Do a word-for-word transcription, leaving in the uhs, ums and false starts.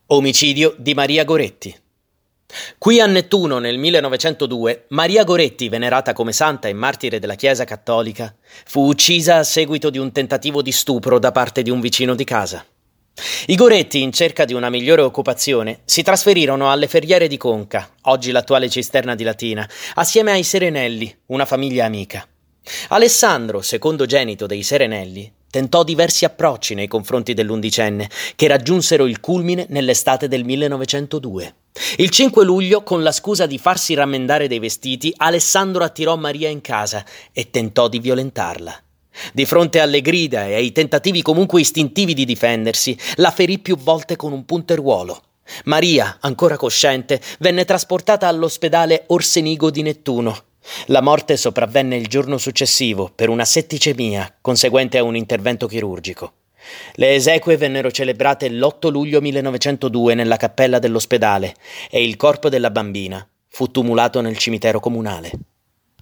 Omicidio di Maria Goretti. Qui a Nettuno nel millenovecentodue, Maria Goretti, venerata come santa e martire della Chiesa Cattolica, fu uccisa a seguito di un tentativo di stupro da parte di un vicino di casa. I Goretti, in cerca di una migliore occupazione, si trasferirono alle Ferriere di Conca, oggi l'attuale Cisterna di Latina, assieme ai Serenelli, una famiglia amica. Alessandro, secondogenito dei Serenelli, tentò diversi approcci nei confronti dell'undicenne, che raggiunsero il culmine nell'estate del millenovecentodue. Il cinque luglio, con la scusa di farsi rammendare dei vestiti, Alessandro attirò Maria in casa e tentò di violentarla. Di fronte alle grida e ai tentativi comunque istintivi di difendersi, la ferì più volte con un punteruolo. Maria, ancora cosciente, venne trasportata all'ospedale Orsenigo di Nettuno. La morte sopravvenne il giorno successivo per una setticemia conseguente a un intervento chirurgico. Le esequie vennero celebrate l'otto luglio millenovecentodue nella cappella dell'ospedale e il corpo della bambina fu tumulato nel cimitero comunale.